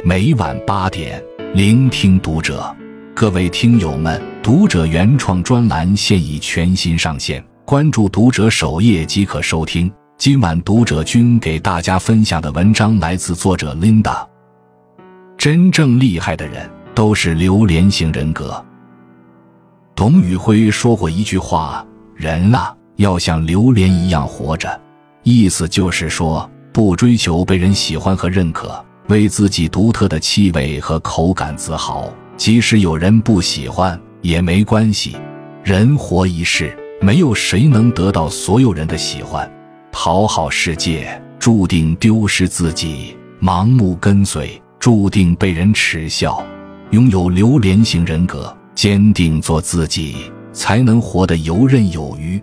每晚8点，聆听读者。各位听友们，读者原创专栏现已全新上线，关注读者首页即可收听。今晚读者君给大家分享的文章来自作者 Linda。 真正厉害的人都是榴莲型人格。董宇辉说过一句话，人啊，要像榴莲一样活着，意思就是说，不追求被人喜欢和认可，为自己独特的气味和口感自豪，即使有人不喜欢也没关系。人活一世，没有谁能得到所有人的喜欢，讨好世界注定丢失自己，盲目跟随注定被人耻笑。拥有榴莲型人格，坚定做自己，才能活得游刃有余。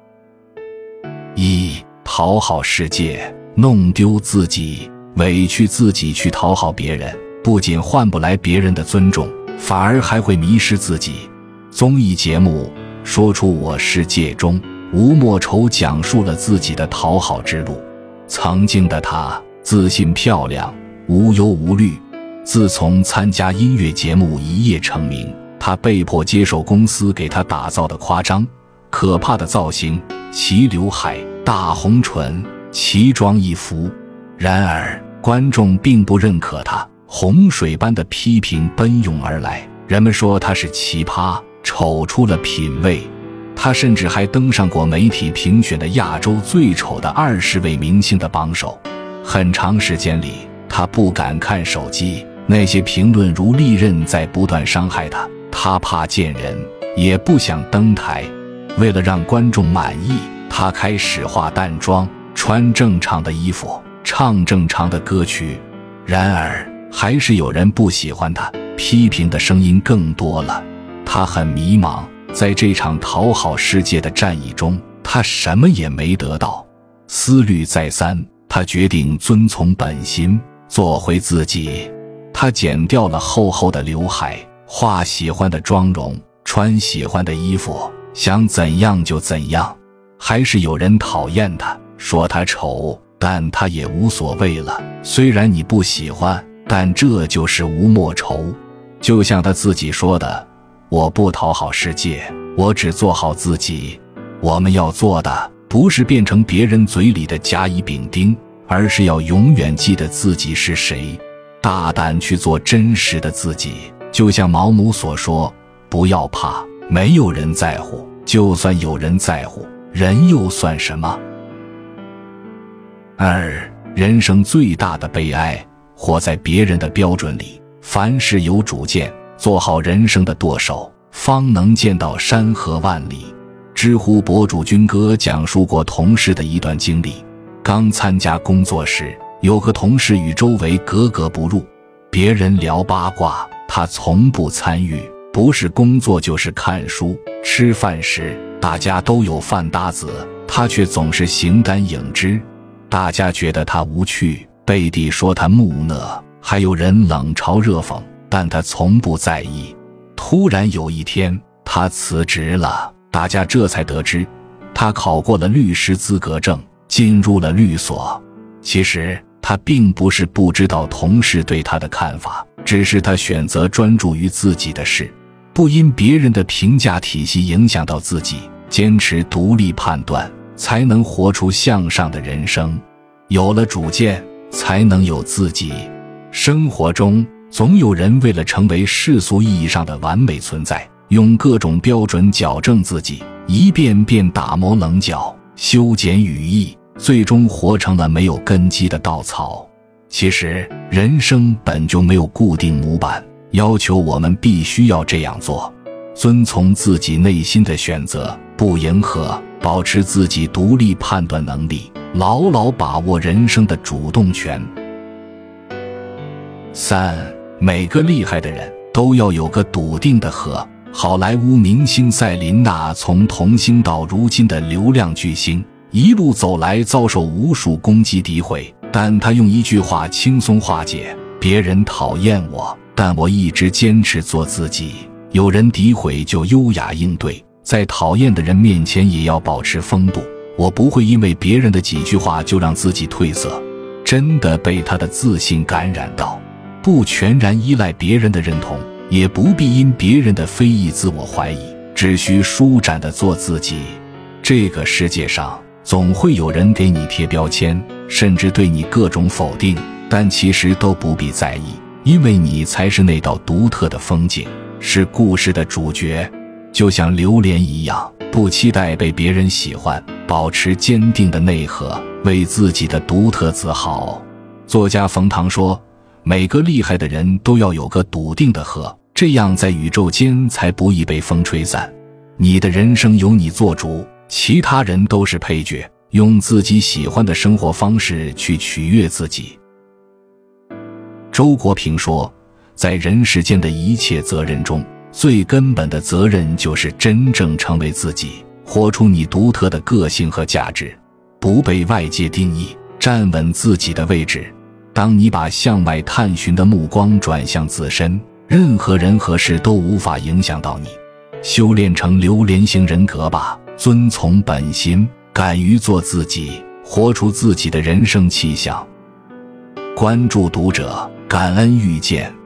讨好世界，弄丢自己，委屈自己去讨好别人，不仅换不来别人的尊重，反而还会迷失自己。综艺节目《说出我世界》中，吴莫愁讲述了自己的讨好之路。曾经的他自信漂亮，无忧无虑。自从参加音乐节目一夜成名，他被迫接受公司给他打造的夸张可怕的造型，齐刘海、大红唇，奇装异服。然而观众并不认可他，洪水般的批评奔涌而来。人们说他是奇葩，丑出了品味。他甚至还登上过媒体评选的亚洲最丑的20位明星的榜首。很长时间里，他不敢看手机，那些评论如利刃在不断伤害他。他怕见人，也不想登台。为了让观众满意，他开始化淡妆，穿正常的衣服，唱正常的歌曲。然而还是有人不喜欢他，批评的声音更多了。他很迷茫，在这场讨好世界的战役中，他什么也没得到。思虑再三，他决定遵从本心，做回自己。他剪掉了厚厚的刘海，化喜欢的妆容，穿喜欢的衣服，想怎样就怎样。还是有人讨厌他，说他丑，但他也无所谓了。虽然你不喜欢，但这就是吴莫愁。就像他自己说的，我不讨好世界，我只做好自己。我们要做的不是变成别人嘴里的甲乙丙丁，而是要永远记得自己是谁，大胆去做真实的自己。就像毛姆所说，不要怕，没有人在乎，就算有人在乎，人又算什么？人生最大的悲哀，活在别人的标准里。凡事有主见，做好人生的舵手，方能见到山河万里。知乎博主军哥讲述过同事的一段经历。刚参加工作时，有个同事与周围格格不入，别人聊八卦，他从不参与，不是工作就是看书。吃饭时大家都有饭搭子，他却总是形单影只。大家觉得他无趣，背地说他木讷，还有人冷嘲热讽，但他从不在意。突然有一天，他辞职了，大家这才得知，他考过了律师资格证，进入了律所。其实他并不是不知道同事对他的看法，只是他选择专注于自己的事，不因别人的评价体系影响到自己，坚持独立判断，才能活出向上的人生。有了主见，才能有自己。生活中总有人为了成为世俗意义上的完美存在，用各种标准矫正自己，一遍遍打磨棱角，修剪羽翼，最终活成了没有根基的稻草。其实人生本就没有固定模板，要求我们必须要这样做。遵从自己内心的选择，不迎合，保持自己独立判断能力，牢牢把握人生的主动权。每个厉害的人都要有个笃定的核。好莱坞明星赛琳娜从童星到如今的流量巨星，一路走来遭受无数攻击诋毁，但她用一句话轻松化解：别人讨厌我，但我一直坚持做自己。有人诋毁就优雅应对，在讨厌的人面前也要保持风度。我不会因为别人的几句话就让自己褪色。真的被他的自信感染到。 不全然依赖别人的认同，也不必因别人的非议自我怀疑，只需舒展地做自己。这个世界上总会有人给你贴标签，甚至对你各种否定，但其实都不必在意，因为你才是那道独特的风景，是故事的主角。就像榴莲一样，不期待被别人喜欢，保持坚定的内核，为自己的独特自豪。作家冯唐说，每个厉害的人都要有个笃定的核，这样在宇宙间才不易被风吹散。你的人生由你做主，其他人都是配角，用自己喜欢的生活方式去取悦自己。周国平说，在人世间的一切责任中，最根本的责任就是真正成为自己，活出你独特的个性和价值，不被外界定义，站稳自己的位置。当你把向外探寻的目光转向自身，任何人和事都无法影响到你。修炼成榴莲型人格吧，遵从本心，敢于做自己，活出自己的人生气象。关注读者，感恩遇见。